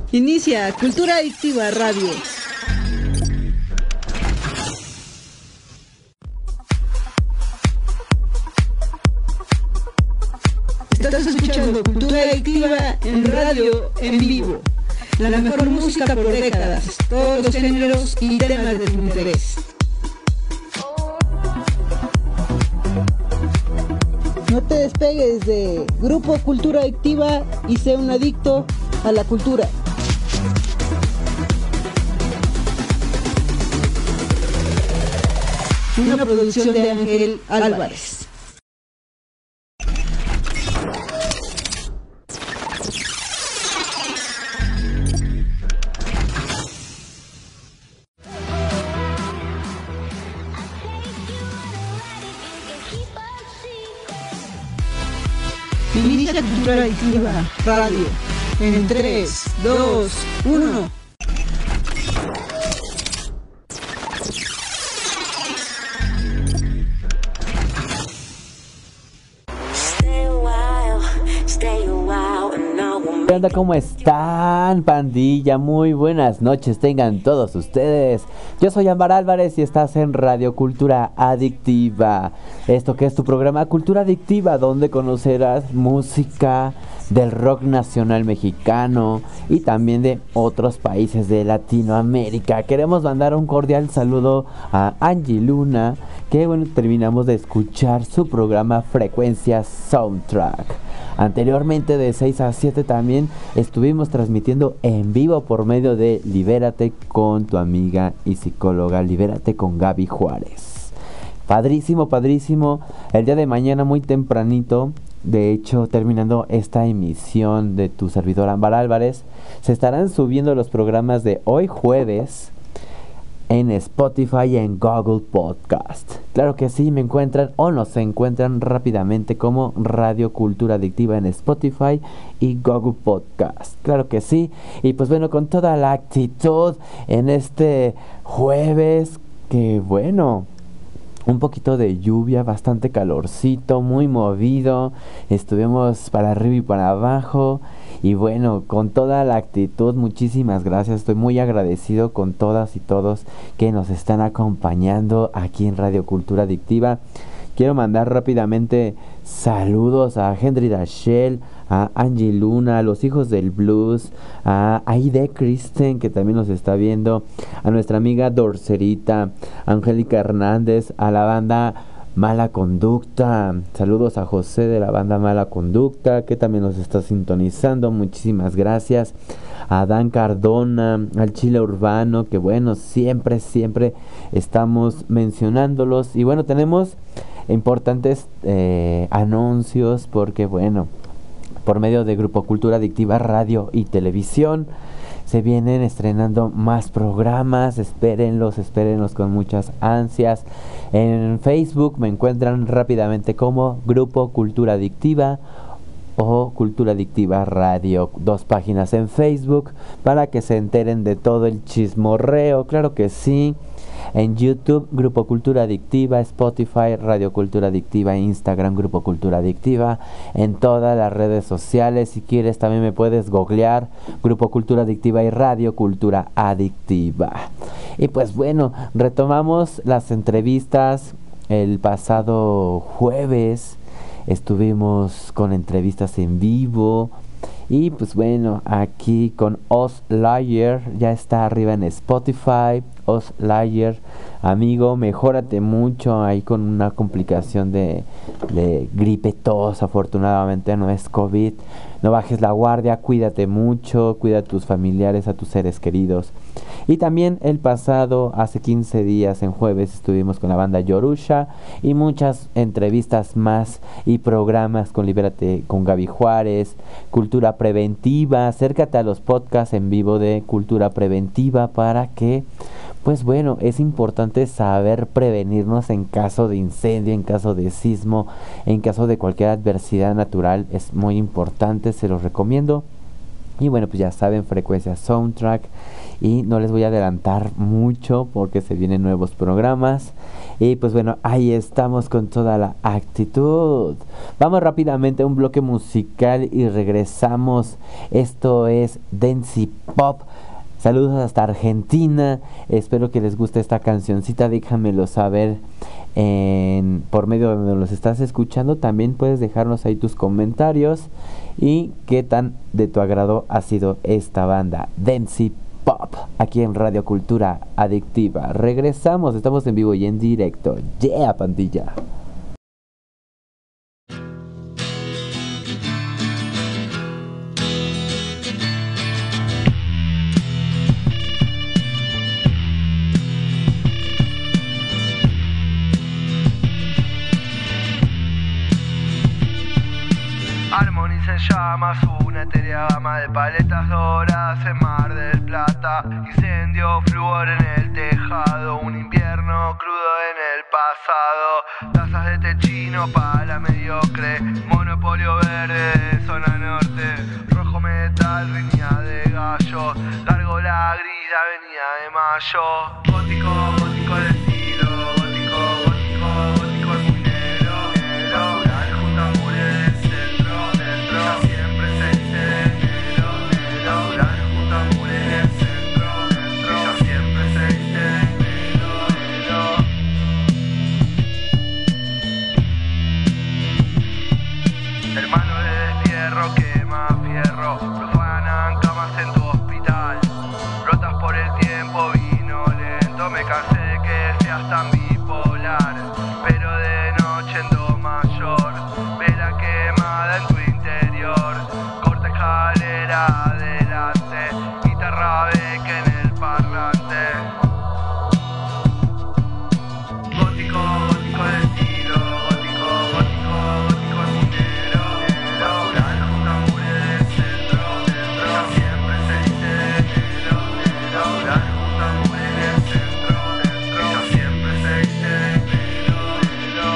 Inicia Cultura Adictiva Radio. Estás escuchando Cultura Adictiva en radio en vivo. La mejor música por décadas, todos los géneros y temas de tu interés. No te despegues de Grupo Cultura Adictiva y sé un adicto a la cultura. Una producción de Ángel Álvarez. Inicia Cultura Adictiva Radio en 3, 2, 1. ¿Qué onda? ¿Cómo están, pandilla? Muy buenas noches tengan todos ustedes. Yo soy Ámbar Álvarez y estás en Radio Cultura Adictiva. Esto que es tu programa Cultura Adictiva, donde conocerás música del rock nacional mexicano y también de otros países de Latinoamérica. Queremos mandar un cordial saludo a Angie Luna, que bueno, terminamos de escuchar su programa Frecuencia Soundtrack. Anteriormente de 6 a 7 también estuvimos transmitiendo en vivo por medio de Libérate con tu amiga y psicóloga Libérate con Gaby Juárez. Padrísimo, padrísimo. El día de mañana muy tempranito, de hecho terminando esta emisión de tu servidor Ámbar Álvarez, se estarán subiendo los programas de hoy jueves en Spotify y en Google Podcast. Claro que sí, me encuentran o nos encuentran rápidamente como Radio Cultura Adictiva en Spotify y Google Podcast. Claro que sí. Y pues bueno, con toda la actitud en este jueves, que bueno, un poquito de lluvia, bastante calorcito, muy movido. Estuvimos para arriba y para abajo. Y bueno, con toda la actitud, muchísimas gracias. Estoy muy agradecido con todas y todos que nos están acompañando aquí en Radio Cultura Adictiva. Quiero mandar rápidamente saludos a Henry Dachel, a Angie Luna, a los hijos del blues, a Aide Kristen, que también nos está viendo, a nuestra amiga Dorcerita, Angélica Hernández, a la banda Mala Conducta. Saludos a José de la banda Mala Conducta, que también nos está sintonizando. Muchísimas gracias. A Dan Cardona, al Chile Urbano, que bueno, siempre estamos mencionándolos. Y bueno, tenemos importantes anuncios, porque bueno, por medio de Grupo Cultura Adictiva Radio y Televisión se vienen estrenando más programas. Espérenlos con muchas ansias. En Facebook me encuentran rápidamente como Grupo Cultura Adictiva o Cultura Adictiva Radio. 2 páginas en Facebook para que se enteren de todo el chismorreo. Claro que sí. En YouTube, Grupo Cultura Adictiva, Spotify, Radio Cultura Adictiva, Instagram, Grupo Cultura Adictiva, en todas las redes sociales. Si quieres también me puedes googlear Grupo Cultura Adictiva y Radio Cultura Adictiva. Y pues bueno, retomamos las entrevistas. El pasado jueves estuvimos con entrevistas en vivo. Y pues bueno, aquí con Oz Layer, ya está arriba en Spotify. Oz Layer, amigo, mejórate mucho. Ahí con una complicación de gripe, tos, afortunadamente no es COVID. No bajes la guardia, cuídate mucho, cuida a tus familiares, a tus seres queridos. Y también el pasado, hace 15 días, en jueves, estuvimos con la banda Yorusha y muchas entrevistas más y programas con Libérate con Gaby Juárez, Cultura Preventiva. Acércate a los podcasts en vivo de Cultura Preventiva para que, pues bueno, es importante saber prevenirnos en caso de incendio, en caso de sismo, en caso de cualquier adversidad natural. Es muy importante, se los recomiendo. Y bueno, pues ya saben, Frecuencia Soundtrack. Y no les voy a adelantar mucho porque se vienen nuevos programas. Y pues bueno, ahí estamos con toda la actitud. Vamos rápidamente a un bloque musical y regresamos. Esto es Dance Pop. Saludos hasta Argentina. Espero que les guste esta cancioncita. Déjamelo saber por medio de donde los estás escuchando. También puedes dejarnos ahí tus comentarios y qué tan de tu agrado ha sido esta banda Dance Pop, aquí en Radio Cultura Adictiva. Regresamos, estamos en vivo y en directo. Yeah, pandilla. Armoniza en llamas una etérea gama de paletas doradas en Mar del Plata. Incendio, flúor en el tejado, un invierno crudo en el pasado. Tazas de té chino para la mediocre, monopolio verde de zona norte. Rojo metal, riña de gallo, largo la grilla, avenida de Mayo. Gótico, gótico de estilo, gótico, gótico, gótico es muy negro, negro. Rural junto a mures del centro, dentro. Ya siempre se dice negro, negro. Rural junto a mures del centro, dentro. Ya siempre se dice negro, negro. Hermano de destierro, quema fierro, profanan camas en tu hospital. Rotas por el tiempo, vino lento, me cansé de que seas tan bipolar. Pero de noche en do mayor, vela quemada en tu interior. Corta escalera adelante, guitarra beca en el parlante. Gótico, gótico de estilo, gótico, gótico, gótico es muy negro, negro. Rural junto a mures del centro, dentro. Ya siempre se dice negro, negro. Rural junto a mures del centro, dentro. Ya siempre se dice negro, negro.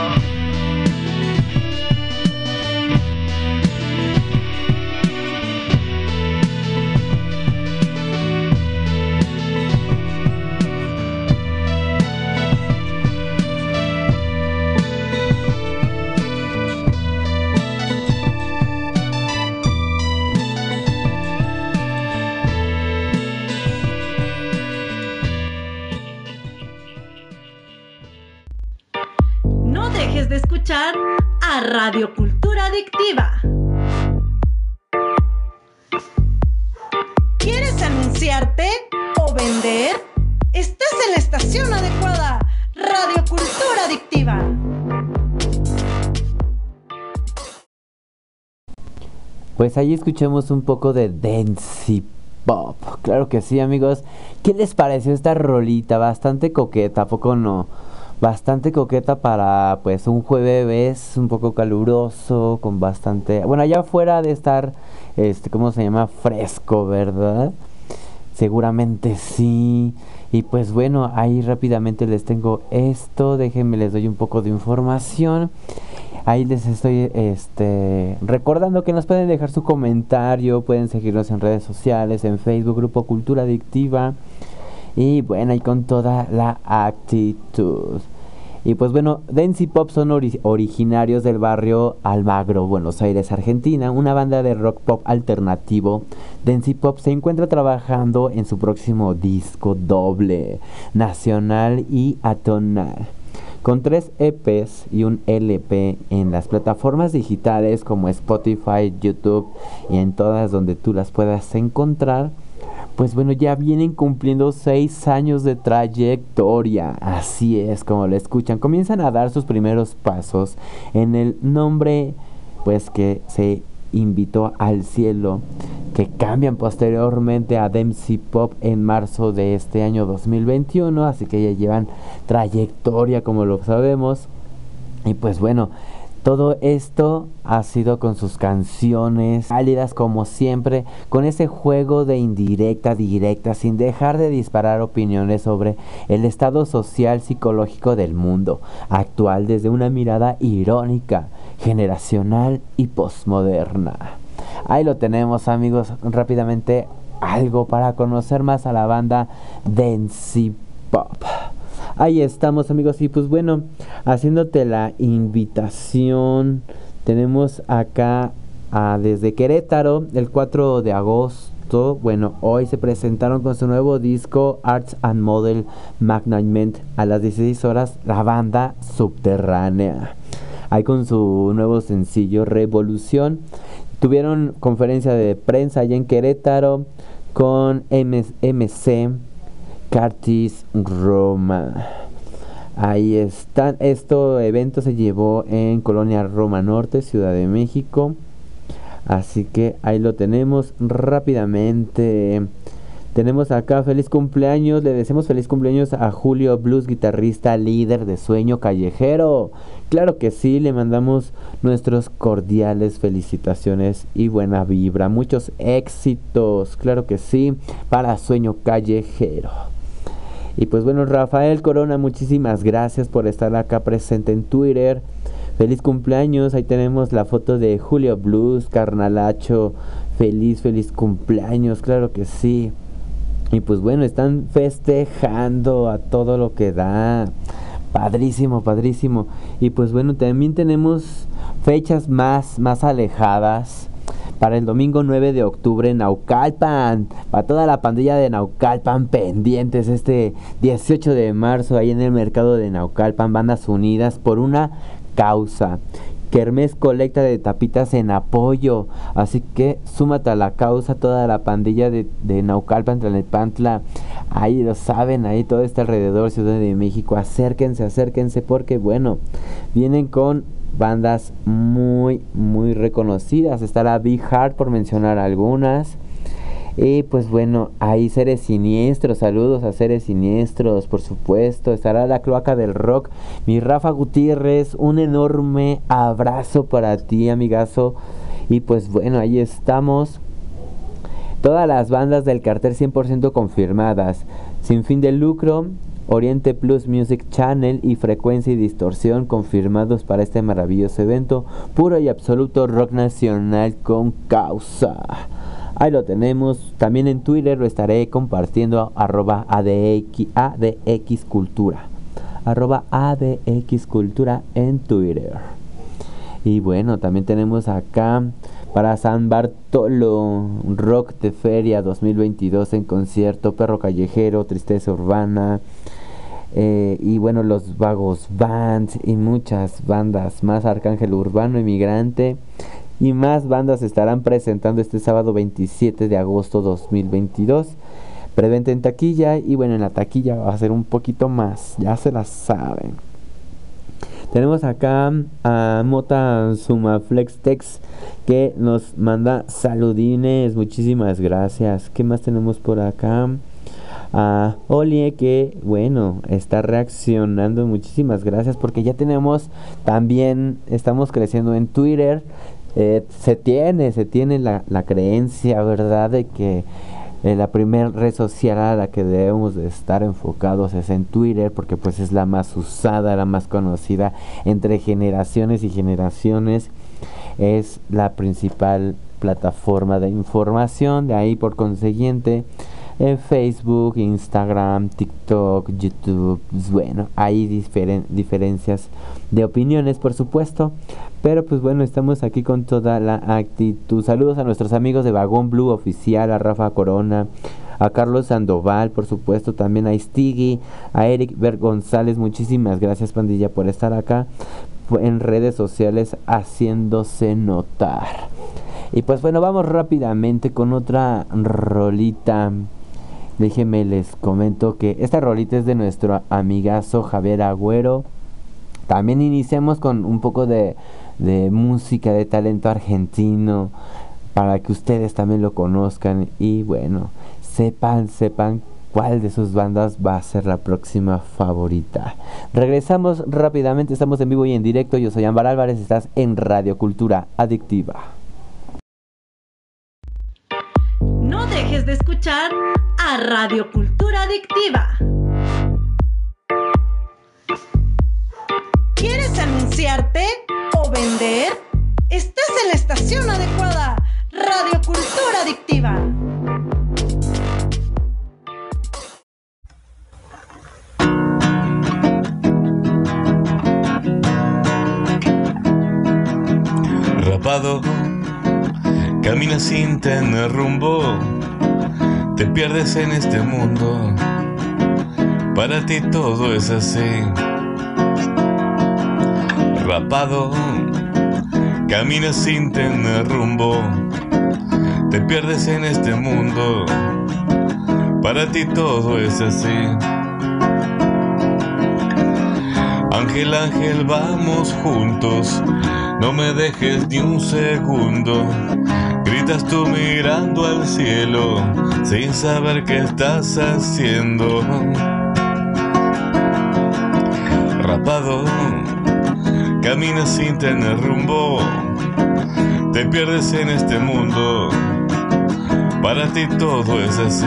No dejes de escuchar a Radio Cultura Adictiva. ¿Quieres anunciarte o vender? Estás en la estación adecuada. Radio Cultura Adictiva. Pues ahí escuchamos un poco de Dance Pop. Claro que sí, amigos. ¿Qué les pareció esta rolita? Bastante coqueta, ¿a poco no? Bastante coqueta para pues un jueves un poco caluroso, con bastante... Bueno, allá afuera de estar, ¿cómo se llama? Fresco, ¿verdad? Seguramente sí. Y pues bueno, ahí rápidamente les tengo esto. Déjenme, les doy un poco de información. Ahí les estoy recordando que nos pueden dejar su comentario. Pueden seguirnos en redes sociales, en Facebook, Grupo Cultura Adictiva. Y bueno, y con toda la actitud. Y pues bueno, Dance Pop son originarios del barrio Almagro, Buenos Aires, Argentina. Una banda de rock pop alternativo. Dance Pop se encuentra trabajando en su próximo disco doble, nacional y atonal, con 3 EPs y un LP en las plataformas digitales como Spotify, YouTube y en todas donde tú las puedas encontrar. Pues bueno, ya vienen cumpliendo 6 años de trayectoria. Así es, como lo escuchan. Comienzan a dar sus primeros pasos en el nombre, pues que se invitó al cielo, que cambian posteriormente a Dance Pop en marzo de este año 2021. Así que ya llevan trayectoria, como lo sabemos. Y pues bueno, todo esto ha sido con sus canciones cálidas como siempre, con ese juego de indirecta, directa, sin dejar de disparar opiniones sobre el estado social psicológico del mundo actual desde una mirada irónica, generacional y posmoderna. Ahí lo tenemos, amigos. Rápidamente, algo para conocer más a la banda Dance Pop. Ahí estamos, amigos. Y pues bueno, haciéndote la invitación, tenemos acá desde Querétaro el 4 de agosto. Bueno, hoy se presentaron con su nuevo disco Arts and Model Management a las 16 horas, la banda Subterránea. Ahí con su nuevo sencillo Revolución. Tuvieron conferencia de prensa allá en Querétaro con MC Curtis Roma. Ahí están. Evento se llevó en Colonia Roma Norte, Ciudad de México. Así que ahí lo tenemos rápidamente. Tenemos acá feliz cumpleaños. Le deseamos feliz cumpleaños a Julio Blues, guitarrista líder de Sueño Callejero. Claro que sí, le mandamos nuestros cordiales felicitaciones y buena vibra. Muchos éxitos, claro que sí, para Sueño Callejero. Y pues bueno, Rafael Corona, muchísimas gracias por estar acá presente en Twitter. Feliz cumpleaños, ahí tenemos la foto de Julio Blues, carnalacho. Feliz cumpleaños, claro que sí. Y pues bueno, están festejando a todo lo que da. Padrísimo. Y pues bueno, también tenemos fechas más alejadas. Para el domingo 9 de octubre en Naucalpan. Para toda la pandilla de Naucalpan pendientes. Este 18 de marzo ahí en el mercado de Naucalpan. Bandas unidas por una causa. Kermés colecta de tapitas en apoyo. Así que súmate a la causa, toda la pandilla de Naucalpan, Tlalnepantla. Ahí lo saben, ahí todo este alrededor, Ciudad de México. Acérquense porque bueno, vienen con bandas muy reconocidas. Estará Big Heart, por mencionar algunas. Y pues bueno, ahí Seres Siniestros, saludos a Seres Siniestros, por supuesto. Estará la Cloaca del Rock, mi Rafa Gutiérrez, un enorme abrazo para ti, amigazo. Y pues bueno, ahí estamos. Todas las bandas del cartel 100% confirmadas. Sin Fin de Lucro, Oriente Plus Music Channel y Frecuencia y Distorsión confirmados para este maravilloso evento. Puro y absoluto rock nacional con causa. Ahí lo tenemos. También en Twitter lo estaré compartiendo. @ADXcultura. @ADXcultura en Twitter. Y bueno, también tenemos acá para San Bartolo, Rock de Feria 2022 en concierto, Perro Callejero, Tristeza Urbana, y bueno, Los Vagos Bands y muchas bandas más, Arcángel Urbano, Emigrante y más bandas estarán presentando este sábado 27 de agosto 2022. Preventa en taquilla y bueno, en la taquilla va a ser un poquito más, ya se la saben. Tenemos acá a Mota Sumaflextex que nos manda saludines, muchísimas gracias. ¿Qué más tenemos por acá? A Olie que bueno, está reaccionando, muchísimas gracias porque ya tenemos también, estamos creciendo en Twitter. Se tiene la creencia, ¿verdad?, de que la primera red social a la que debemos de estar enfocados es en Twitter, porque pues es la más usada, la más conocida entre generaciones y generaciones. Es la principal plataforma de información. De ahí por consiguiente Facebook, Instagram, TikTok, YouTube, bueno, hay diferencias de opiniones, por supuesto, pero pues bueno, estamos aquí con toda la actitud. Saludos a nuestros amigos de Vagón Blue Oficial, a Rafa Corona, a Carlos Sandoval, por supuesto, también a Stiggy, a Eric Ver González. Muchísimas gracias, pandilla, por estar acá en redes sociales haciéndose notar. Y pues bueno, vamos rápidamente con otra rolita. Déjenme les comento que esta rolita es de nuestro amigazo Javier Agüero. También iniciamos con un poco de música, de talento argentino, para que ustedes también lo conozcan y bueno, sepan cuál de sus bandas va a ser la próxima favorita. Regresamos rápidamente, estamos en vivo y en directo. Yo soy Ámbar Álvarez, estás en Radio Cultura Adictiva. No dejes de escuchar a Radio Cultura Adictiva. ¿Quieres anunciarte o vender? Estás en la estación adecuada. Radio Caminas sin tener rumbo, te pierdes en este mundo. Para ti todo es así. Rapado, caminas sin tener rumbo, te pierdes en este mundo. Para ti todo es así. Ángel, ángel, vamos juntos, no me dejes ni un segundo. Gritas tú mirando al cielo, sin saber qué estás haciendo. Rapado, caminas sin tener rumbo, te pierdes en este mundo. Para ti todo es así.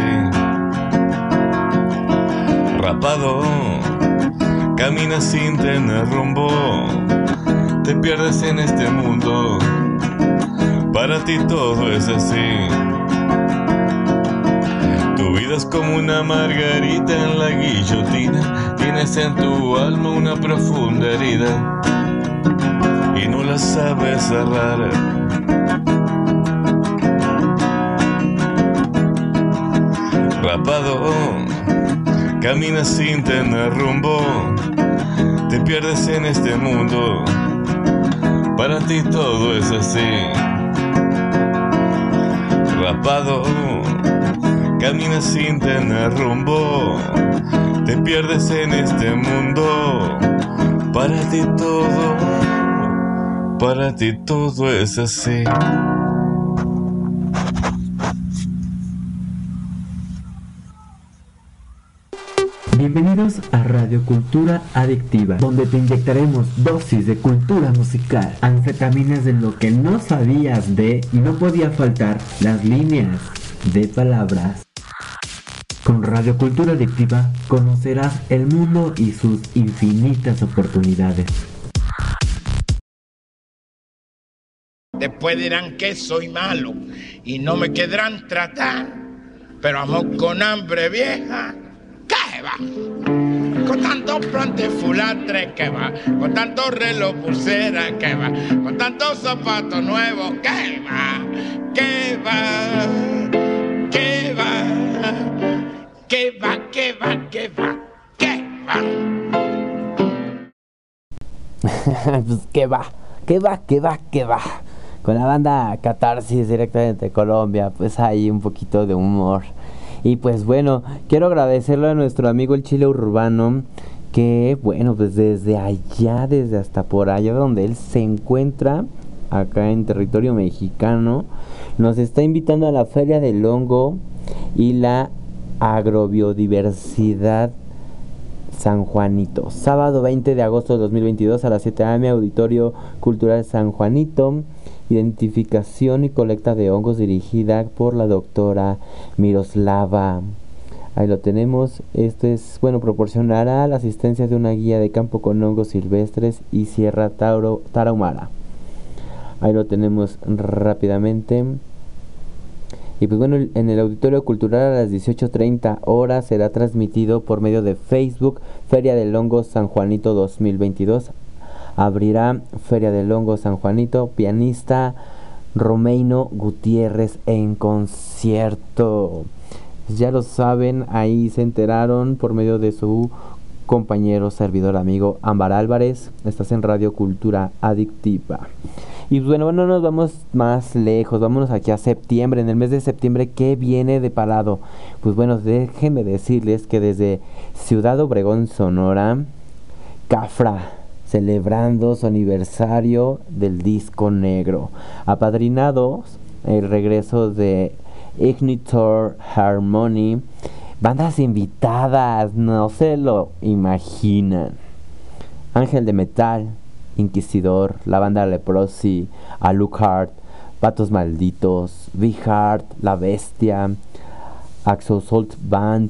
Rapado, caminas sin tener rumbo, te pierdes en este mundo. Para ti todo es así. Tu vida es como una margarita en la guillotina. Tienes en tu alma una profunda herida y no la sabes cerrar. Rapado, caminas sin tener rumbo, te pierdes en este mundo. Para ti todo es así. Rapado, caminas sin tener rumbo, te pierdes en este mundo. Para ti todo es así. Bienvenidos a Radio Cultura Adictiva, donde te inyectaremos dosis de cultura musical, anfetaminas de lo que no sabías de, y no podía faltar, las líneas de palabras. Con Radio Cultura Adictiva conocerás el mundo y sus infinitas oportunidades. Después dirán que soy malo y no me querrán tratar, pero amor con hambre vieja, ¿qué va? Con tantos plantes fulatre, ¿qué va? Con tantos reloj pulsera, ¿qué va? Con tantos zapatos nuevos, ¿qué va? ¿Qué va? ¿Qué va? ¿Qué va? ¿Qué va? ¿Qué va? ¿Qué va? Pues qué va, qué va, qué va, qué va. Con la banda Catarsis directamente de Colombia, pues hay un poquito de humor. Y pues bueno, quiero agradecerle a nuestro amigo el Chile Urbano, que bueno, pues desde allá, desde hasta por allá donde él se encuentra, acá en territorio mexicano, nos está invitando a la Feria del Hongo y la Agrobiodiversidad San Juanito. Sábado 20 de agosto de 2022 a las 7 a.m. Auditorio Cultural San Juanito. Identificación y colecta de hongos dirigida por la doctora Miroslava. Ahí lo tenemos. Esto es, bueno, proporcionará la asistencia de una guía de campo con hongos silvestres y Sierra Tarahumara. Ahí lo tenemos rápidamente. Y pues bueno, en el Auditorio Cultural a las 18:30 horas será transmitido por medio de Facebook Feria del Hongo San Juanito 2022. Abrirá Feria del Hongo San Juanito, pianista Romeino Gutiérrez en concierto. Ya lo saben, ahí se enteraron por medio de su compañero, servidor, amigo Ámbar Álvarez. Estás en Radio Cultura Adictiva. Y bueno, no nos vamos más lejos, vámonos aquí a septiembre. En el mes de septiembre, ¿qué viene de parado? Pues bueno, déjenme decirles que desde Ciudad Obregón, Sonora, Cafra, celebrando su aniversario del disco negro, apadrinados el regreso de Ignitor Harmony, bandas invitadas, no se lo imaginan: Ángel de Metal, Inquisidor, la banda Leprosy, Alucard, Patos Malditos, V-Heart, La Bestia, Axosalt Band.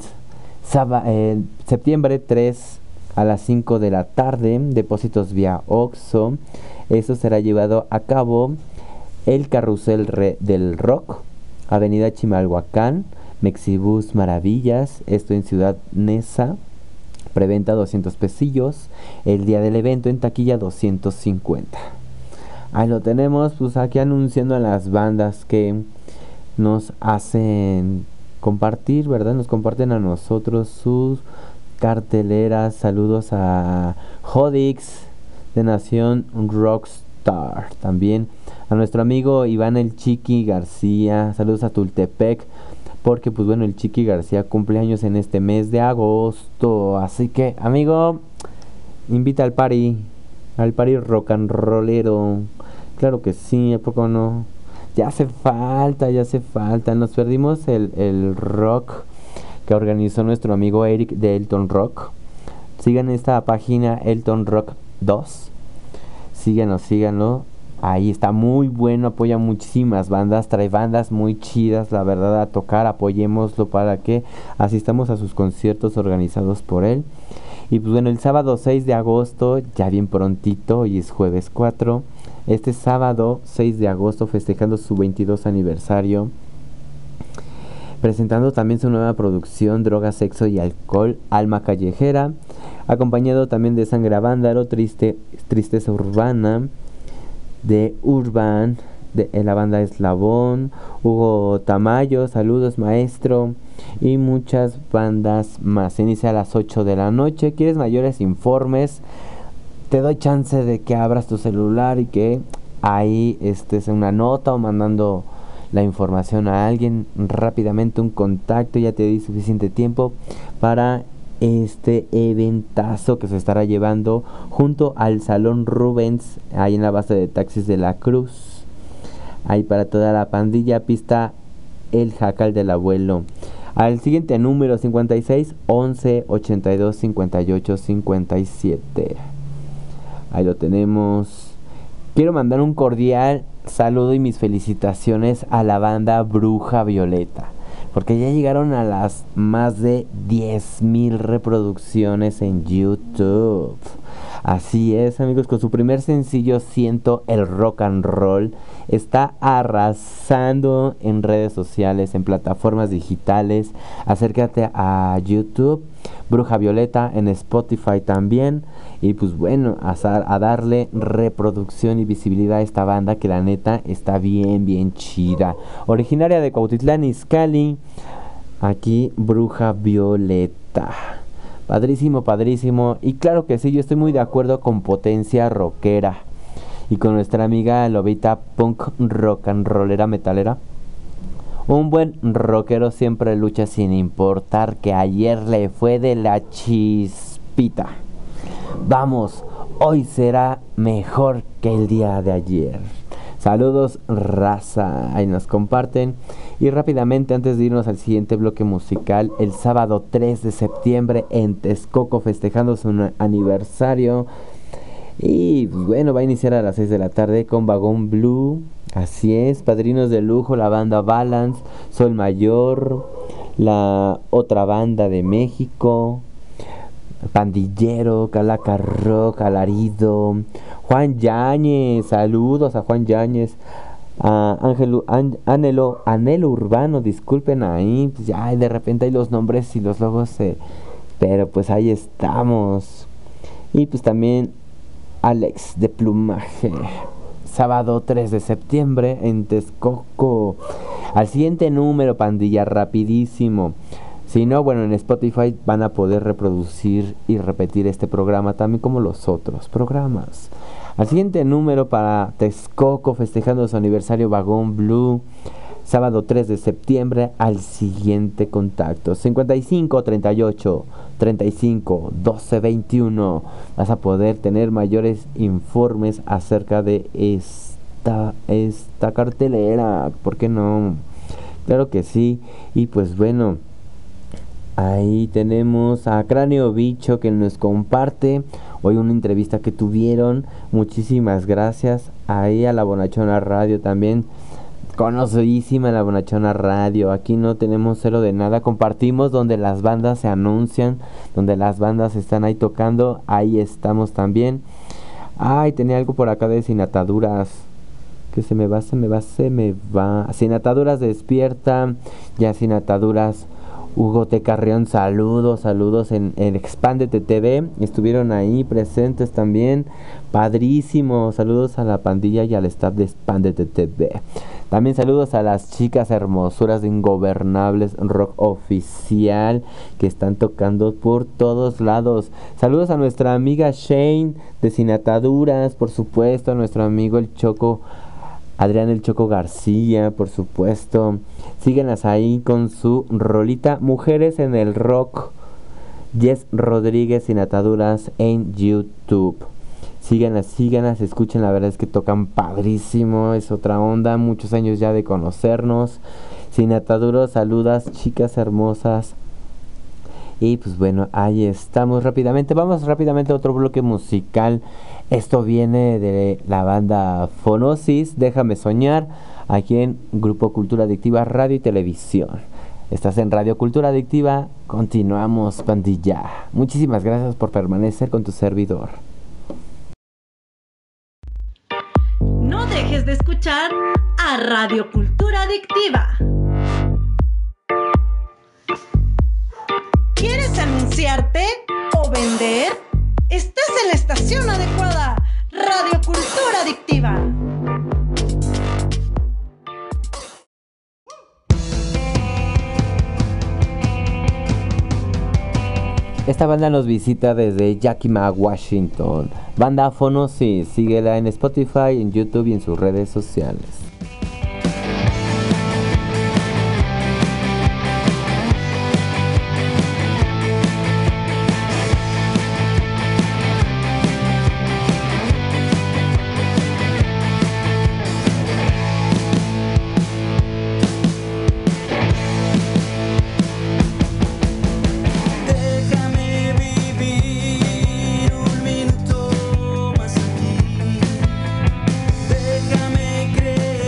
Septiembre 3 a las 5 de la tarde, depósitos vía Oxxo. Esto será llevado a cabo el Carrusel del Rock, Avenida Chimalhuacán, Mexibus Maravillas, esto en Ciudad Neza. Preventa 200 pesillos, el día del evento en taquilla 250. Ahí lo tenemos, pues aquí anunciando a las bandas que nos hacen compartir, ¿verdad? Nos comparten a nosotros sus carteleras. Saludos a Jodix de Nación Rockstar. También a nuestro amigo Iván el Chiqui García. Saludos a Tultepec, porque pues bueno, el Chiqui García cumple años en este mes de agosto. Así que, amigo, invita al party rock and rollero. Claro que sí, ¿a poco no? Ya hace falta. Nos perdimos el rock que organizó nuestro amigo Eric de Elton Rock. Sigan esta página Elton Rock 2. Síganlo. Ahí está muy bueno, apoya muchísimas bandas, trae bandas muy chidas, la verdad, a tocar. Apoyémoslo para que asistamos a sus conciertos organizados por él. Y pues bueno, el sábado 6 de agosto, ya bien prontito, hoy es jueves 4. Este sábado 6 de agosto, festejando su 22 aniversario, presentando también su nueva producción Droga, Sexo y Alcohol, Alma Callejera, acompañado también de Sangre a Vándaro, Tristeza Urbana, de Urban, de la banda Eslabón, Hugo Tamayo, saludos maestro, y muchas bandas más. Se inicia a las 8 de la noche. ¿Quieres mayores informes? Te doy chance de que abras tu celular y que ahí estés en una nota o mandando la información a alguien rápidamente, un contacto. Ya te di suficiente tiempo para este eventazo que se estará llevando junto al Salón Rubens, ahí en la base de taxis de la Cruz. Ahí para toda la pandilla, pista El Jacal del Abuelo. Al siguiente número, 56 11 82 58 57. Ahí lo tenemos. Quiero mandar un cordial saludo y mis felicitaciones a la banda Bruja Violeta, porque ya llegaron a las más de 10,000 reproducciones en YouTube. Así es, amigos, con su primer sencillo, Siento el Rock and Roll, está arrasando en redes sociales, en plataformas digitales. Acércate a YouTube, Bruja Violeta, en Spotify también. Y pues bueno, a darle reproducción y visibilidad a esta banda que la neta está bien chida. Originaria de Cuautitlán Izcalli, aquí Bruja Violeta. Padrísimo. Y claro que sí, yo estoy muy de acuerdo con Potencia Rockera y con nuestra amiga Lobita Punk Rock and Rollera Metalera. Un buen rockero siempre lucha sin importar que ayer le fue de la chispita. Vamos, hoy será mejor que el día de ayer. Saludos, raza. Ahí nos comparten. Y rápidamente, antes de irnos al siguiente bloque musical, el sábado 3 de septiembre en Texcoco, festejando su aniversario. Y bueno, va a iniciar a las 6 de la tarde con Vagón Blue. Así es, padrinos de lujo, la banda Balance, Sol Mayor, la otra banda de México, Pandillero, Calaca Rock, Alarido, Juan Yáñez, saludos a Juan Yáñez, a Anhelo Urbano, disculpen ahí, pues ya de repente hay los nombres y los logos, pero pues ahí estamos. Y pues también Alex de Plumaje, sábado 3 de septiembre en Texcoco. Al siguiente número, pandilla, rapidísimo. Si no, bueno, en Spotify van a poder reproducir y repetir este programa también como los otros programas. Al siguiente número para Texcoco, festejando su aniversario, Vagón Blue, sábado 3 de septiembre. Al siguiente contacto, 55 38 35 12 21. Vas a poder tener mayores informes acerca de esta cartelera. ¿Por qué no? Claro que sí. Y pues bueno, ahí tenemos a Cráneo Bicho que nos comparte hoy una entrevista que tuvieron. Muchísimas gracias. Ahí a la Bonachona Radio también, conocidísima la Bonachona Radio. Aquí no tenemos cero de nada. Compartimos donde las bandas se anuncian, donde las bandas están ahí tocando. Ahí estamos también. Ay, tenía algo por acá de Sin Ataduras, que se me va. Sin Ataduras despierta. Ya Sin Ataduras Hugo T. Carrión, saludos en Expándete TV, estuvieron ahí presentes también, padrísimo, saludos a la pandilla y al staff de Expándete TV. También saludos a las chicas hermosuras de Ingobernables Rock Oficial que están tocando por todos lados. Saludos a nuestra amiga Shane de Sin Ataduras, por supuesto, a nuestro amigo el Choco, Adrián el Choco García, por supuesto. Síguenlas ahí con su rolita Mujeres en el Rock. Jess Rodríguez Sin Ataduras en YouTube. Síganlas, escuchen, la verdad es que tocan padrísimo, es otra onda, muchos años ya de conocernos. Sin Ataduras, saludas, chicas hermosas. Y pues bueno, ahí estamos vamos rápidamente a otro bloque musical. Esto viene de la banda Fonosis, Déjame Soñar, aquí en Grupo Cultura Adictiva Radio y Televisión. Estás en Radio Cultura Adictiva, continuamos, pandilla. Muchísimas gracias por permanecer con tu servidor. No dejes de escuchar a Radio Cultura Adictiva. ¿Quieres anunciarte o vender? Estás en la estación adecuada. Radio Cultura Adictiva. Esta banda nos visita desde Yakima, Washington. Banda Fonosis, síguela en Spotify, en YouTube y en sus redes sociales. Déjame creer.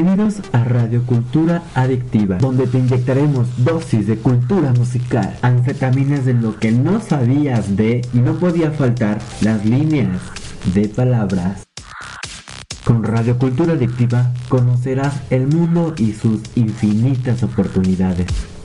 Bienvenidos a Radio Cultura Adictiva, donde te inyectaremos dosis de cultura musical, anfetaminas de lo que no sabías de, y no podía faltar, las líneas de palabras. Con Radio Cultura Adictiva conocerás el mundo y sus infinitas oportunidades.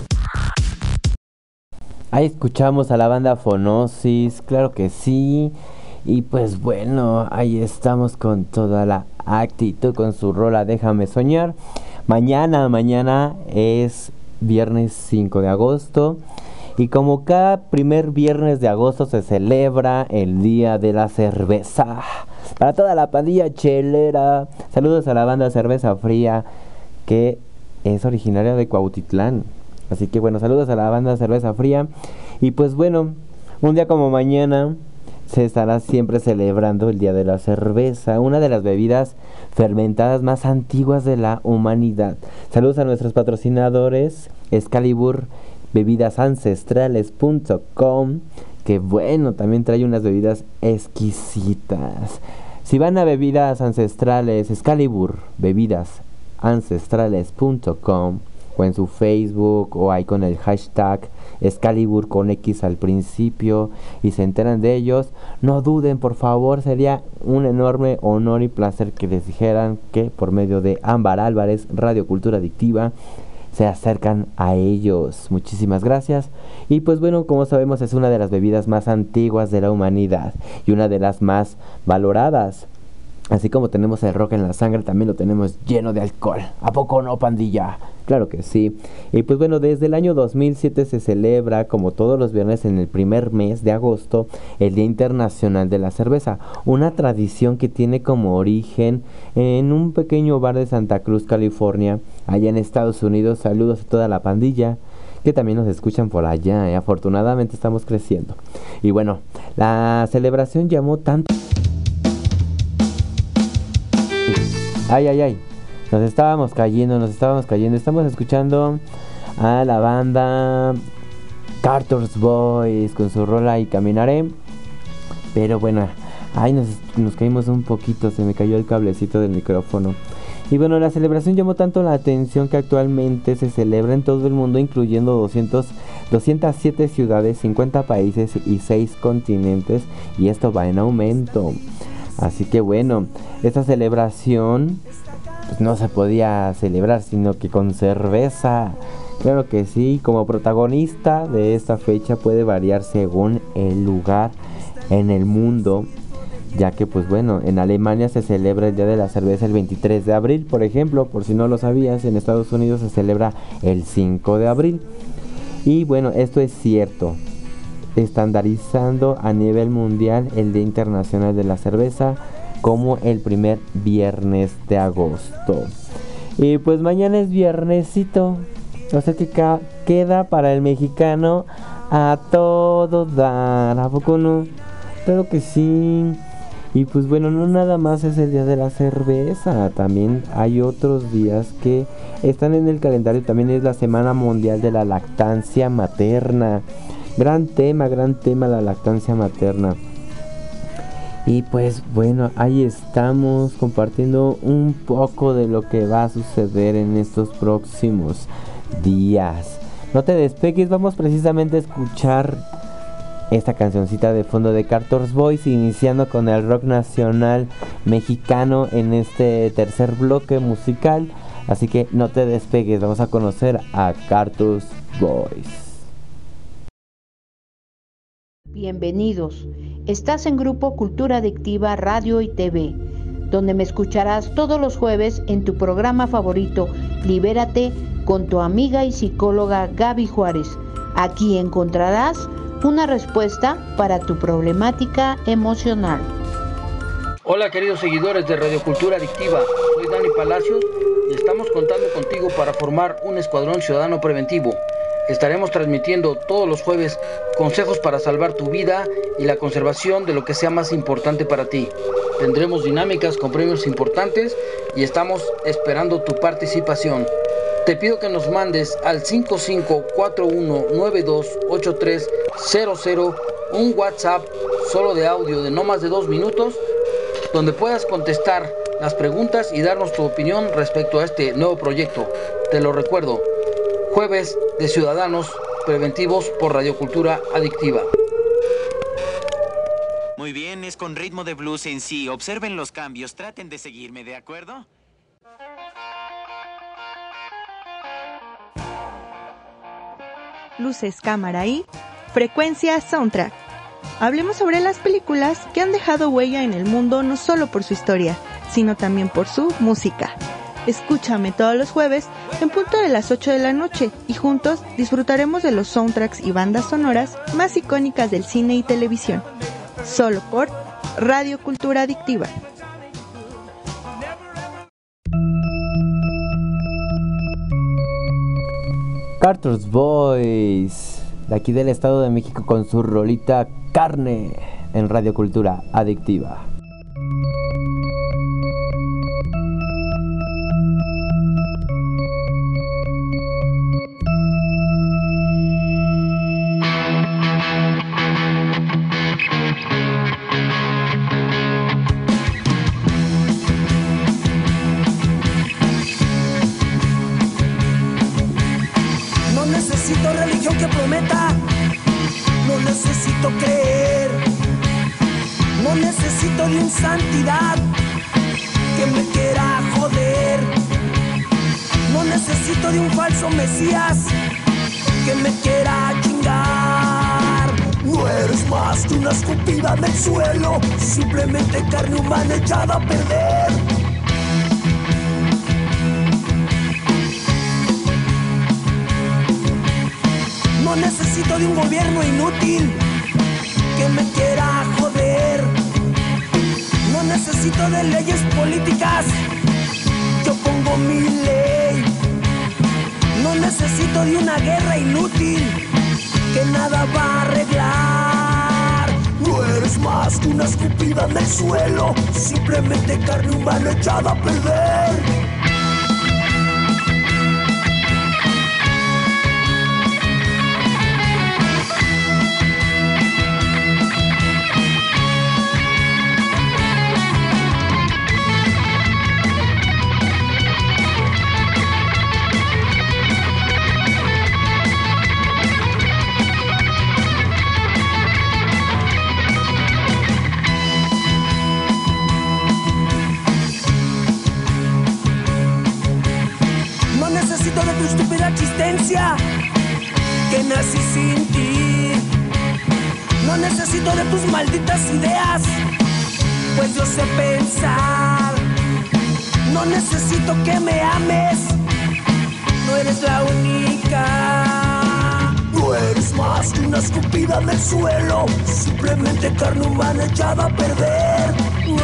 Ahí escuchamos a la banda Fonosis, claro que sí. Y pues bueno, ahí estamos con toda la actitud, con su rola Déjame Soñar. Mañana es viernes 5 de agosto. Y como cada primer viernes de agosto se celebra el Día de la Cerveza. Para toda la pandilla chelera, saludos a la banda Cerveza Fría, que es originaria de Cuautitlán. Así que bueno, saludos a la banda Cerveza Fría. Y pues bueno, un día como mañana se estará siempre celebrando el Día de la Cerveza, una de las bebidas fermentadas más antiguas de la humanidad. Saludos a nuestros patrocinadores, Excalibur, bebidasancestrales.com, que bueno, también trae unas bebidas exquisitas. Si van a Bebidas Ancestrales, Excalibur, bebidasancestrales.com, o en su Facebook, o ahí con el hashtag Excalibur con X al principio, y se enteran de ellos, no duden, por favor, sería un enorme honor y placer que les dijeran que por medio de Ámbar Álvarez, Radio Cultura Adictiva, se acercan a ellos. Muchísimas gracias. Y pues bueno, como sabemos, es una de las bebidas más antiguas de la humanidad y una de las más valoradas. Así como tenemos el rock en la sangre, también lo tenemos lleno de alcohol. ¿A poco no, pandilla? Claro que sí. Y pues bueno, desde el año 2007 se celebra, como todos los viernes en el primer mes de agosto, el Día Internacional de la Cerveza. Una tradición que tiene como origen en un pequeño bar de Santa Cruz, California, allá en Estados Unidos. Saludos a toda la pandilla que también nos escuchan por allá, y afortunadamente estamos creciendo. Y bueno, la celebración llamó tanto... Ay, nos estábamos cayendo. Estamos escuchando a la banda Carter's Boys con su rola Y Caminaré. Pero bueno, ay, nos caímos un poquito, se me cayó el cablecito del micrófono. Y bueno, la celebración llamó tanto la atención que actualmente se celebra en todo el mundo, incluyendo 207 ciudades, 50 países y 6 continentes, y esto va en aumento. Así que bueno, esta celebración pues no se podía celebrar sino que con cerveza. Claro que sí, como protagonista de esta fecha puede variar según el lugar en el mundo, ya que pues bueno, en Alemania se celebra el Día de la Cerveza el 23 de abril, por ejemplo, por si no lo sabías, en Estados Unidos se celebra el 5 de abril. Y bueno, esto es cierto, estandarizando a nivel mundial el Día Internacional de la Cerveza como el primer viernes de agosto. Y pues mañana es viernesito, o sea que queda para el mexicano a todo dar, ¿a poco no? Claro que sí. Y pues bueno, no nada más es el Día de la Cerveza, también hay otros días que están en el calendario. También es la Semana Mundial de la Lactancia Materna. Gran tema la lactancia materna. Y pues bueno, ahí estamos compartiendo un poco de lo que va a suceder en estos próximos días. No te despegues, vamos precisamente a escuchar esta cancioncita de fondo de Carter's Boys, iniciando con el rock nacional mexicano en este tercer bloque musical. Así que no te despegues, vamos a conocer a Carter's Boys. Bienvenidos. Estás en Grupo Cultura Adictiva Radio y TV, donde me escucharás todos los jueves en tu programa favorito, Libérate, con tu amiga y psicóloga Gaby Juárez. Aquí encontrarás una respuesta para tu problemática emocional. Hola queridos seguidores de Radio Cultura Adictiva, soy Dani Palacios y estamos contando contigo para formar un escuadrón ciudadano preventivo. Estaremos transmitiendo todos los jueves consejos para salvar tu vida y la conservación de lo que sea más importante para ti. Tendremos dinámicas con premios importantes y estamos esperando tu participación. Te pido que nos mandes al 5541928300 un WhatsApp solo de audio de no más de 2 minutos, donde puedas contestar las preguntas y darnos tu opinión respecto a este nuevo proyecto. Te lo recuerdo, Jueves de Ciudadanos Preventivos por Radio Cultura Adictiva. Muy bien, es con ritmo de blues en sí. Observen los cambios, traten de seguirme, ¿de acuerdo? Luces, cámara y frecuencia soundtrack. Hablemos sobre las películas que han dejado huella en el mundo no solo por su historia, sino también por su música. Escúchame todos los jueves en punto de las 8 de la noche y juntos disfrutaremos de los soundtracks y bandas sonoras más icónicas del cine y televisión. Solo por Radio Cultura Adictiva. Carter's Boys, de aquí del Estado de México, con su rolita Carne en Radio Cultura Adictiva. Religión que prometa, no necesito creer, no necesito de un santidad que me quiera joder, no necesito de un falso mesías que me quiera chingar. No eres más que una escupida en el suelo, simplemente carne humana echada a perder. No necesito de un gobierno inútil que me quiera joder. No necesito de leyes políticas, yo pongo mi ley. No necesito de una guerra inútil que nada va a arreglar. No eres más que una escupida en el suelo, simplemente carne humana echada a perder. Existencia que nací sin ti. No necesito de tus malditas ideas, pues yo sé pensar. No necesito que me ames, no eres la única. No eres más que una escupida en el suelo, simplemente carne humana echada a perder.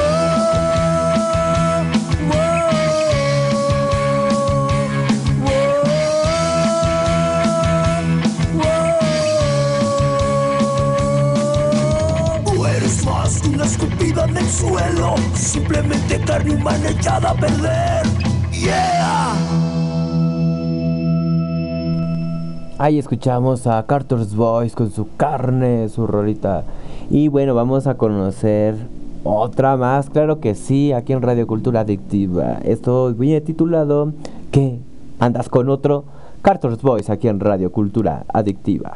Una escupida en el suelo, simplemente carne humana echada a perder. Yeah. Ahí escuchamos a Carter's Boys con su Carne, su rolita. Y bueno, vamos a conocer otra más, claro que sí, aquí en Radio Cultura Adictiva. Esto viene titulado ¿Qué? ¿Andas con otro? Carter's Boys aquí en Radio Cultura Adictiva.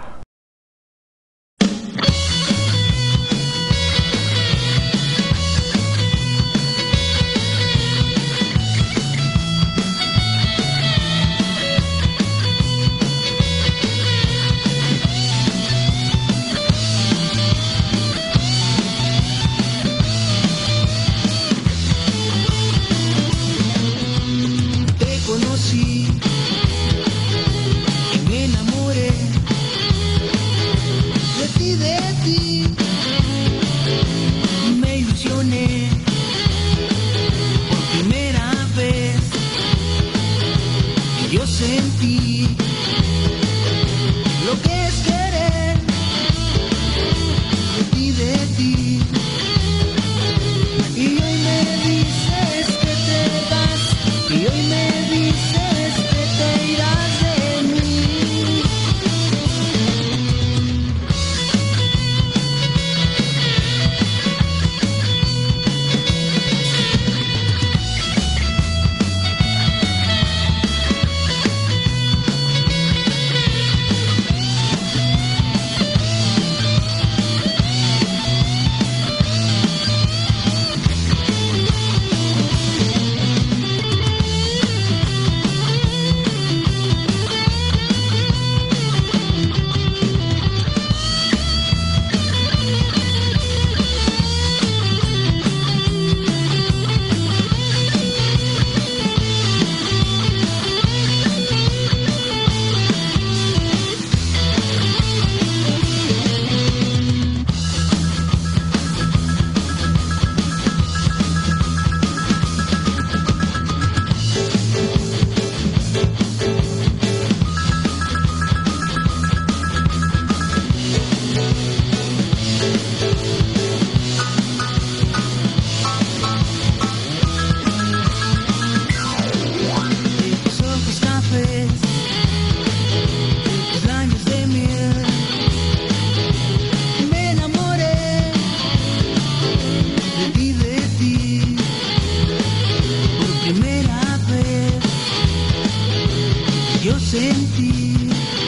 sentir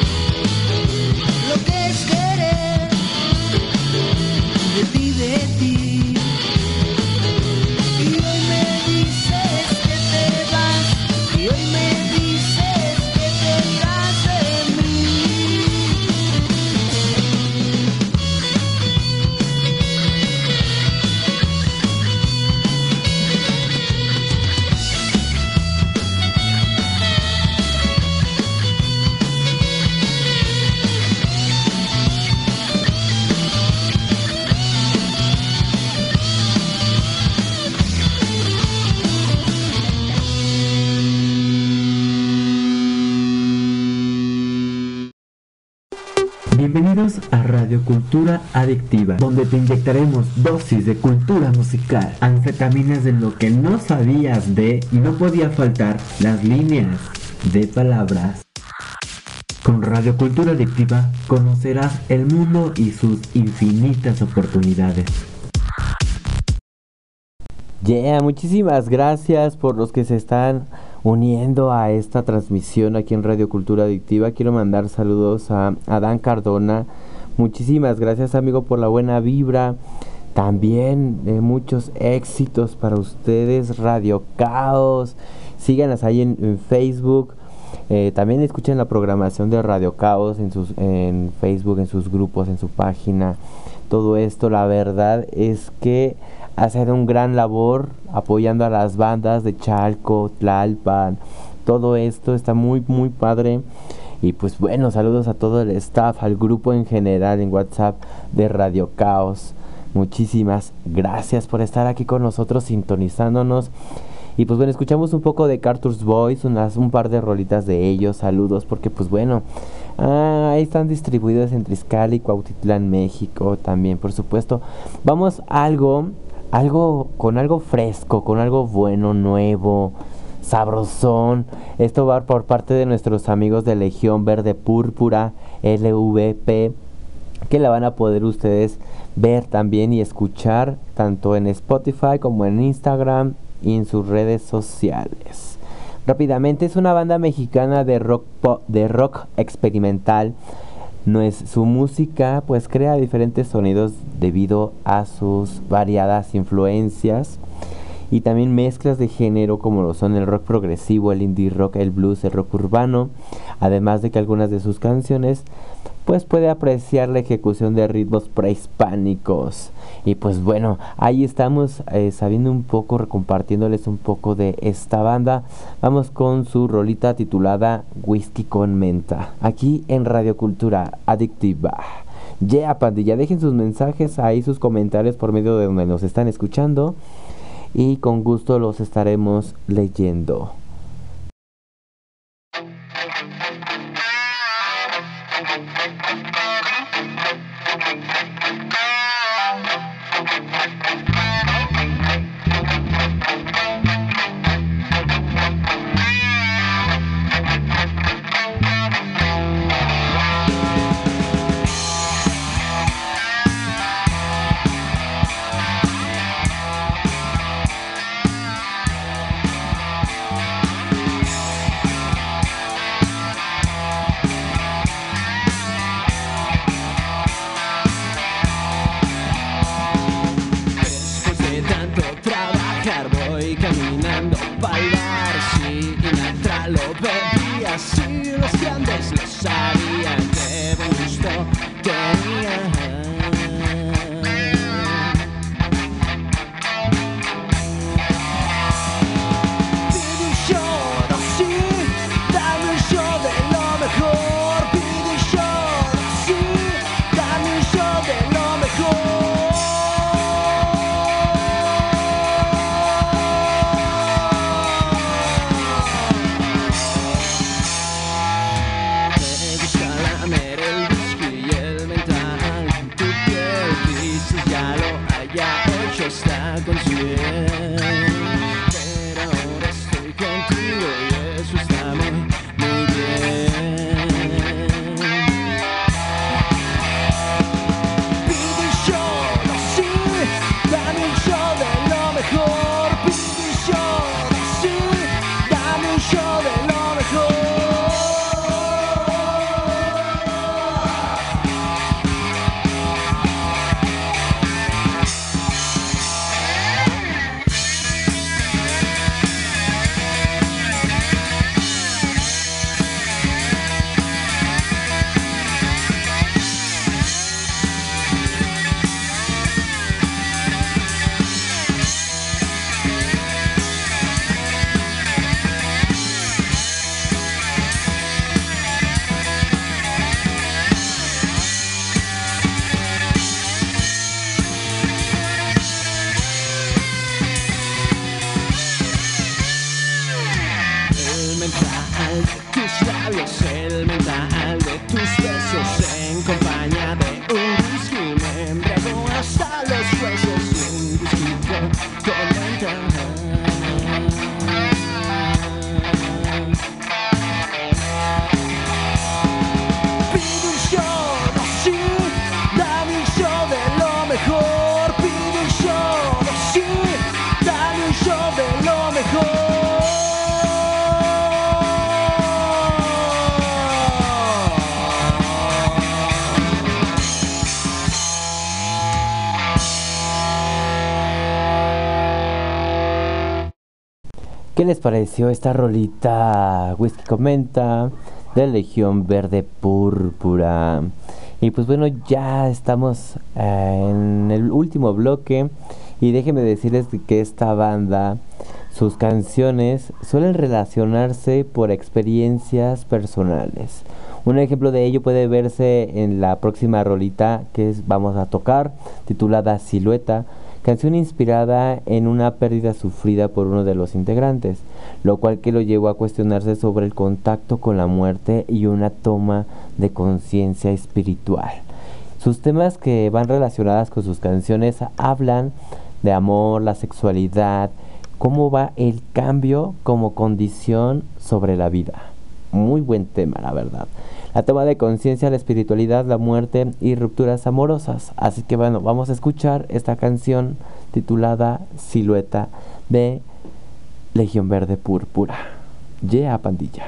lo que es querer de ti. Y hoy me dices que te vas, y hoy me dices que te irás de mí. Bienvenidos a Radio Cultura Adictiva, donde te inyectaremos dosis de cultura musical, anfetaminas de lo que no sabías de, y no podía faltar, las líneas de palabras. Con Radio Cultura Adictiva conocerás el mundo y sus infinitas oportunidades. Muchísimas gracias por los que se están uniendo a esta transmisión aquí en Radio Cultura Adictiva. Quiero mandar saludos a Adán Cardona. Muchísimas gracias, amigo, por la buena vibra. También muchos éxitos para ustedes. Radio Caos, síganos ahí en Facebook. También escuchen la programación de Radio Caos en Facebook, en sus grupos, en su página. Todo esto, la verdad es que hacen un gran labor apoyando a las bandas de Chalco, Tlalpan. Todo esto está muy muy padre. Y pues bueno, saludos a todo el staff, al grupo en general en WhatsApp de Radio Caos. Muchísimas gracias por estar aquí con nosotros sintonizándonos. Y pues bueno, escuchamos un poco de Carter's Boys, un par de rolitas de ellos. Saludos, porque pues bueno, ahí están distribuidos en Tlaxcala y Cuautitlán, México también, por supuesto. Vamos con algo fresco, con algo bueno, nuevo, sabrosón. Esto va por parte de nuestros amigos de Legión Verde Púrpura, LVP, que la van a poder ustedes ver también y escuchar tanto en Spotify como en Instagram y en sus redes sociales. Rápidamente, es una banda mexicana de rock experimental. Su música pues crea diferentes sonidos debido a sus variadas influencias y también mezclas de género como lo son el rock progresivo, el indie rock, el blues, el rock urbano, además de que algunas de sus canciones pues puede apreciar la ejecución de ritmos prehispánicos. Y pues bueno, ahí estamos sabiendo un poco, compartiéndoles un poco de esta banda. Vamos con su rolita titulada Whisky con Menta, aquí en Radio Cultura Adictiva. Pandilla, dejen sus mensajes ahí, sus comentarios por medio de donde nos están escuchando, y con gusto los estaremos leyendo. mental de tus labios, el mental de tus besos, en compañía de un whisky me embriago hasta los huesos, un whisky con mental. Pido un shot así, dame un shot de lo mejor. Pido un shot así, dame un shot de lo mejor. ¿Qué les pareció esta rolita Whisky Comenta de Legión Verde Púrpura? Y pues bueno, ya estamos en el último bloque y déjenme decirles que esta banda, sus canciones suelen relacionarse por experiencias personales. Un ejemplo de ello puede verse en la próxima rolita vamos a tocar, titulada Silueta, canción inspirada en una pérdida sufrida por uno de los integrantes, lo cual que lo llevó a cuestionarse sobre el contacto con la muerte y una toma de conciencia espiritual. Sus temas que van relacionadas con sus canciones hablan de amor, la sexualidad, cómo va el cambio como condición sobre la vida. Muy buen tema, la verdad. La toma de conciencia, la espiritualidad, la muerte y rupturas amorosas. Así que bueno, vamos a escuchar esta canción titulada Silueta de Legión Verde Púrpura. Yeah, pandilla.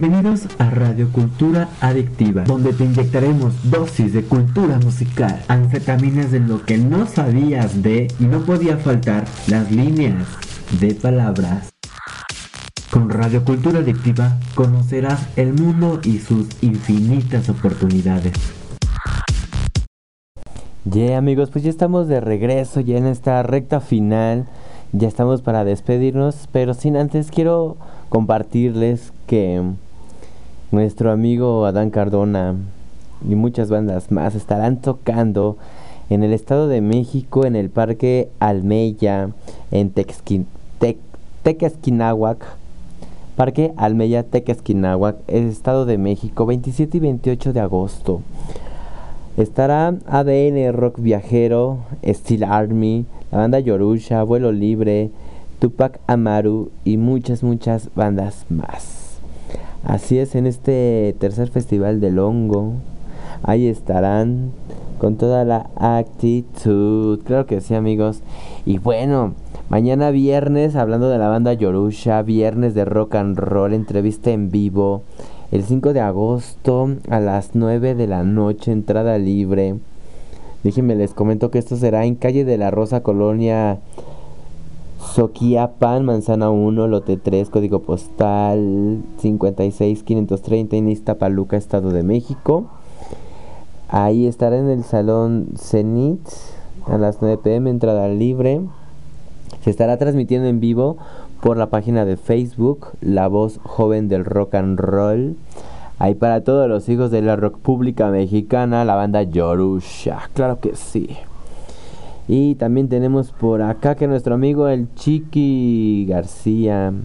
Bienvenidos a Radio Cultura Adictiva, donde te inyectaremos dosis de cultura musical, anfetaminas de lo que no sabías de, y no podía faltar, las líneas de palabras. Con Radio Cultura Adictiva conocerás el mundo y sus infinitas oportunidades. Amigos, pues ya estamos de regreso, ya en esta recta final, ya estamos para despedirnos, pero sin antes quiero compartirles que nuestro amigo Adán Cardona y muchas bandas más estarán tocando en el Estado de México, en el Parque Almeya, en Tequesquinahuac, Parque Almeya, Tequesquinahuac, Estado de México, 27 y 28 de agosto. Estará ADN Rock Viajero, Steel Army, la banda Yorusha, Vuelo Libre, Tupac Amaru y muchas bandas más. Así es, en este tercer festival del hongo, ahí estarán con toda la actitud, claro que sí, amigos. Y bueno, mañana viernes, hablando de la banda Yorusha, viernes de rock and roll, entrevista en vivo, el 5 de agosto a las 9 de la noche, entrada libre. Déjenme les comento que esto será en calle de la Rosa, Colonia Soquiapan, Manzana 1, lote 3, código postal 56530, en Iztapaluca, Estado de México. Ahí estará en el Salón Zenit a las 9 p.m, entrada libre. Se estará transmitiendo en vivo por la página de Facebook, La Voz Joven del Rock and Roll. Ahí para todos los hijos de la República Mexicana, la banda Yorusha, claro que sí. Y también tenemos por acá que nuestro amigo el Chiqui García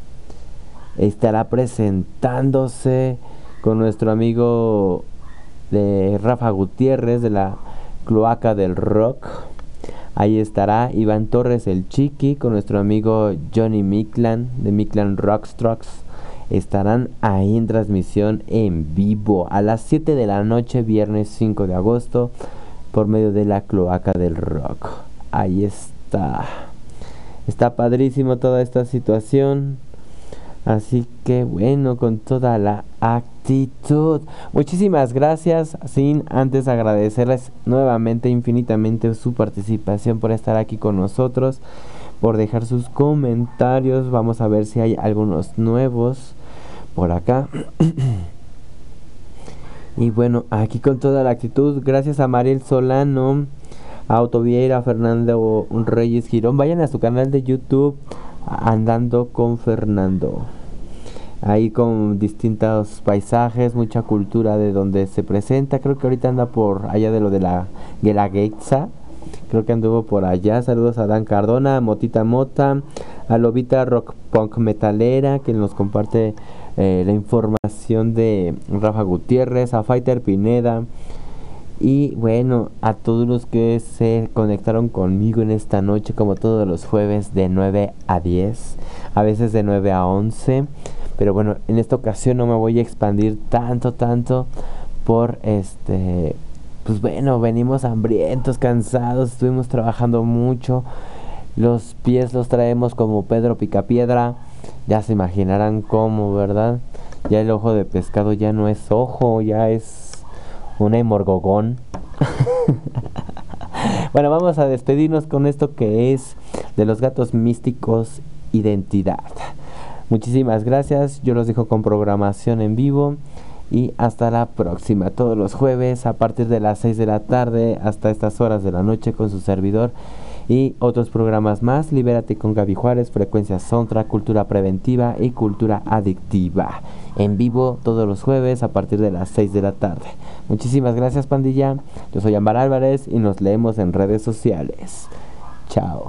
estará presentándose con nuestro amigo de Rafa Gutiérrez de la Cloaca del Rock. Ahí estará Iván Torres el Chiqui con nuestro amigo Johnny Miclan de Miclan Rockstrokes. Estarán ahí en transmisión en vivo a las 7 de la noche, viernes 5 de agosto, por medio de la Cloaca del Rock. Ahí está. Está padrísimo toda esta situación. Así que bueno, con toda la actitud. Muchísimas gracias, sin antes agradecerles nuevamente infinitamente su participación, por estar aquí con nosotros, por dejar sus comentarios. Vamos a ver si hay algunos nuevos por acá. Y bueno, aquí con toda la actitud, gracias a Mariel Solano, a Otto Vieira, a Fernando Reyes Girón. Vayan a su canal de YouTube, Andando con Fernando. Ahí con distintos paisajes, mucha cultura de donde se presenta. Creo que ahorita anda por allá de lo de la Guelaguetza. Creo que anduvo por allá. Saludos a Dan Cardona, a Motita Mota, a Lobita Rock Punk Metalera, que nos comparte la información de Rafa Gutiérrez, a Fighter Pineda. Y bueno, a todos los que se conectaron conmigo en esta noche, como todos los jueves de 9 a 10, a veces de 9 a 11. Pero bueno, en esta ocasión no me voy a expandir tanto por pues bueno, venimos hambrientos, cansados, estuvimos trabajando mucho. Los pies los traemos como Pedro Picapiedra. Ya se imaginarán cómo, ¿verdad? Ya el ojo de pescado ya no es ojo, ya es un hemorgogón. Bueno, vamos a despedirnos con esto que es de Los Gatos Místicos, Identidad. Muchísimas gracias, yo los dejo con programación en vivo y hasta la próxima, todos los jueves a partir de las 6 de la tarde hasta estas horas de la noche con su servidor y otros programas más. Libérate con Gaby Juárez, Frecuencia Soundtrack, Cultura Preventiva y Cultura Adictiva, en vivo todos los jueves a partir de las 6 de la tarde. Muchísimas gracias, pandilla. Yo soy Ámbar Álvarez y nos leemos en redes sociales. Chao.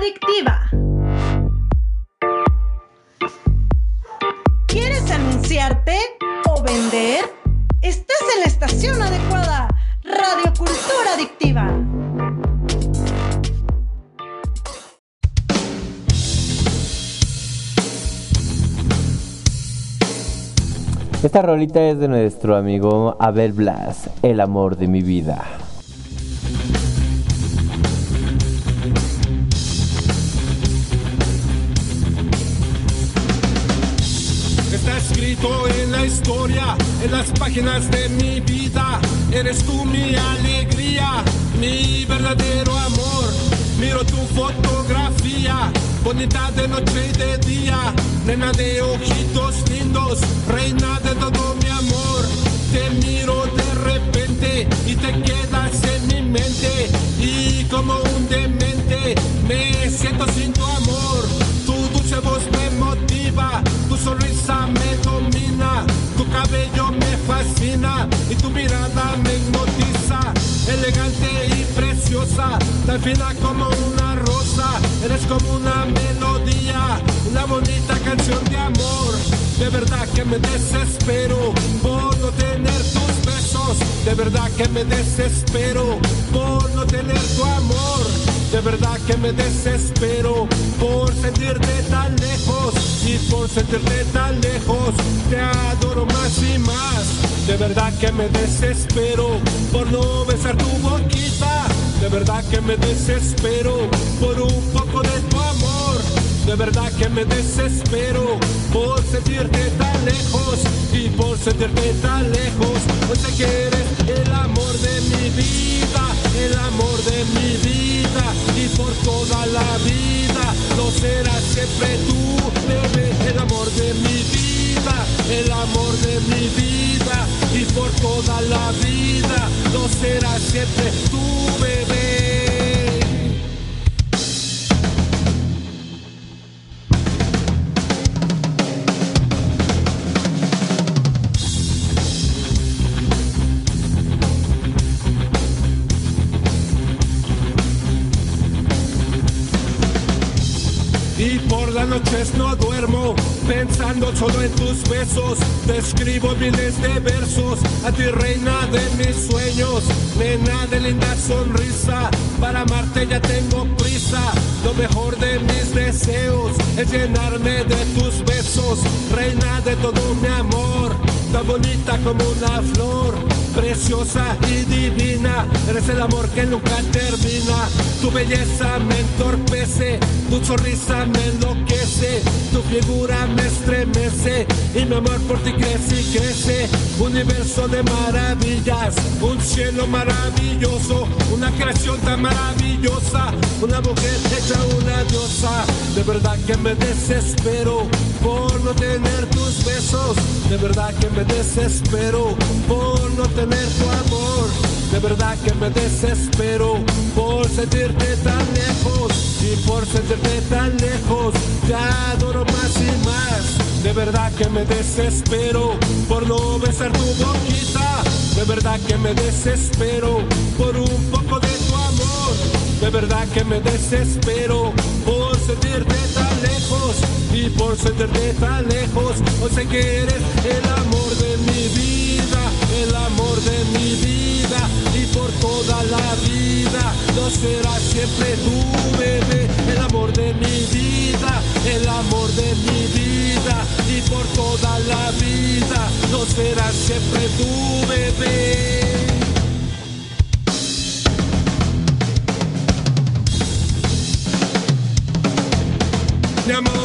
Adictiva. ¿Quieres anunciarte o vender? Estás en la estación adecuada. Radio Cultura Adictiva. Esta rolita es de nuestro amigo Abel Blas, El amor de mi vida. Está escrito en la historia, en las páginas de mi vida. Eres tú mi alegría, mi verdadero amor. Miro tu fotografía, bonita de noche y de día. Nena de ojitos lindos, reina de todo mi amor. Te miro de repente y te quedas en mi mente. Y como un demente me siento sin tu amor. Tu dulce voz me motiva, tu sonrisa me domina, tu cabello me fascina y tu mirada me hipnotiza. Elegante y preciosa, tan fina como una rosa, eres como una melodía, una bonita canción de amor. De verdad que me desespero por no tener tus besos, de verdad que me desespero por no tener tu amor. De verdad que me desespero por sentirte tan lejos y por sentirte tan lejos te adoro más y más. De verdad que me desespero por no besar tu boquita. De verdad que me desespero por un poco de tu amor. De verdad que me desespero por sentirte tan lejos y por sentirte tan lejos. Hoy sé que eres el amor de mi vida, el amor de mi vida y por toda la vida lo serás siempre tú, bebé. El amor de mi vida, el amor de mi vida y por toda la vida lo serás siempre tú, bebé. Y por las noches no duermo, pensando solo en tus besos. Te escribo miles de versos, a ti reina de mis sueños. Nena de linda sonrisa, para amarte ya tengo prisa. Lo mejor de mis deseos es llenarme de tus besos. Reina de todo mi amor, tan bonita como una flor, preciosa y divina. Eres el amor que nunca termina. Tu belleza me entorpece, tu sonrisa me enloquece, tu figura me estremece y mi amor por ti crece y crece. Universo de maravillas, un cielo maravilloso, una creación tan maravillosa, una mujer hecha una diosa. De verdad que me desespero por no tener tus besos, de verdad que me desespero por no tener tu amor. De verdad que me desespero por sentirte tan lejos y por sentirte tan lejos te adoro más y más. De verdad que me desespero por no besar tu boquita. De verdad que me desespero por un poco de tu amor. De verdad que me desespero por sentirte tan lejos y por sentirte tan lejos. Hoy sé que eres el amor de mi vida, el amor de mi vida y por toda la vida lo serás siempre tú, bebé. El amor de mi vida, el amor de mi vida y por toda la vida lo serás siempre tú, bebé. Mi amor.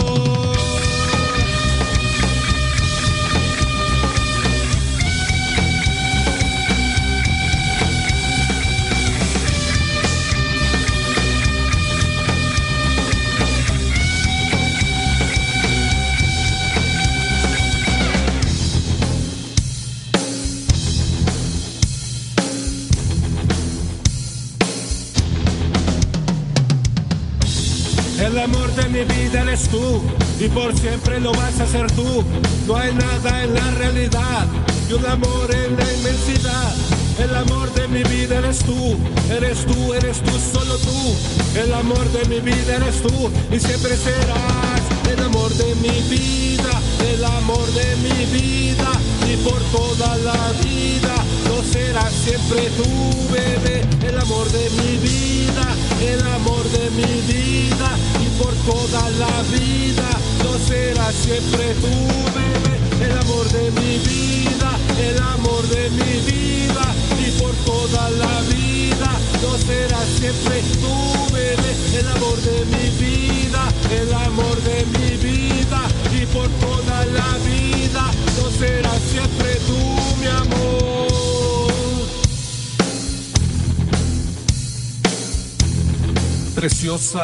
El amor de mi vida eres tú y por siempre lo vas a ser tú. No hay nada en la realidad y un amor en la inmensidad. El amor de mi vida eres tú, eres tú, eres tú, solo tú. El amor de mi vida eres tú y siempre serás el amor de mi vida, el amor de mi vida y por toda la vida lo serás siempre tú, bebé. El amor de mi vida, el amor de mi vida y por toda la vida lo serás siempre tú, bebé. El amor de mi vida, el amor de mi vida y por toda la vida lo serás siempre tú, bebé. El amor de mi vida, el amor de mi vida y por toda la vida lo serás siempre tú, mi amor. Preciosa.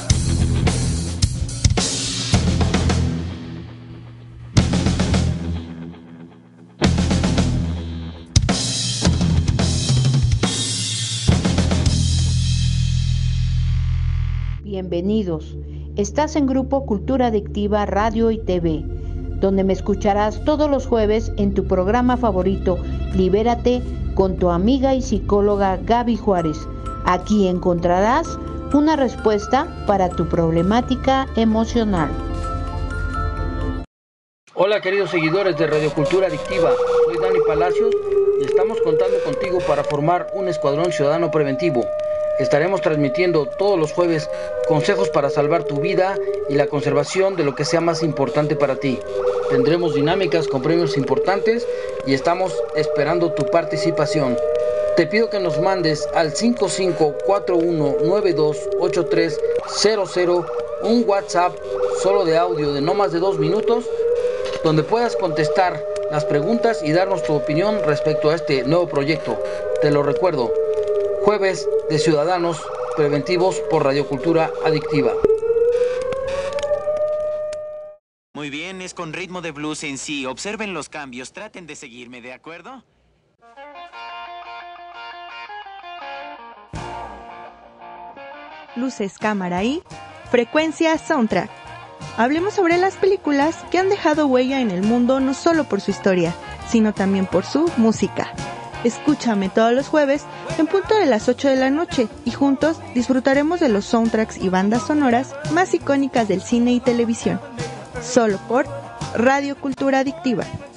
Bienvenidos. Estás en Grupo Cultura Adictiva Radio y TV, donde me escucharás todos los jueves en tu programa favorito, Libérate, con tu amiga y psicóloga Gaby Juárez. Aquí encontrarás una respuesta para tu problemática emocional. Hola queridos seguidores de Radio Cultura Adictiva, soy Dani Palacios y estamos contando contigo para formar un escuadrón ciudadano preventivo. Estaremos transmitiendo todos los jueves consejos para salvar tu vida y la conservación de lo que sea más importante para ti. Tendremos dinámicas con premios importantes y estamos esperando tu participación. Te pido que nos mandes al 5541928300 un WhatsApp solo de audio de no más de 2 minutos, donde puedas contestar las preguntas y darnos tu opinión respecto a este nuevo proyecto. Te lo recuerdo, Jueves de Ciudadanos Preventivos por Radio Cultura Adictiva. Muy bien, es con ritmo de blues en sí. Observen los cambios, traten de seguirme, ¿de acuerdo? Luces, cámara y frecuencia soundtrack. Hablemos sobre las películas que han dejado huella en el mundo no solo por su historia, sino también por su música. Escúchame todos los jueves en punto de las 8 de la noche y juntos disfrutaremos de los soundtracks y bandas sonoras más icónicas del cine y televisión. Solo por Radio Cultura Adictiva.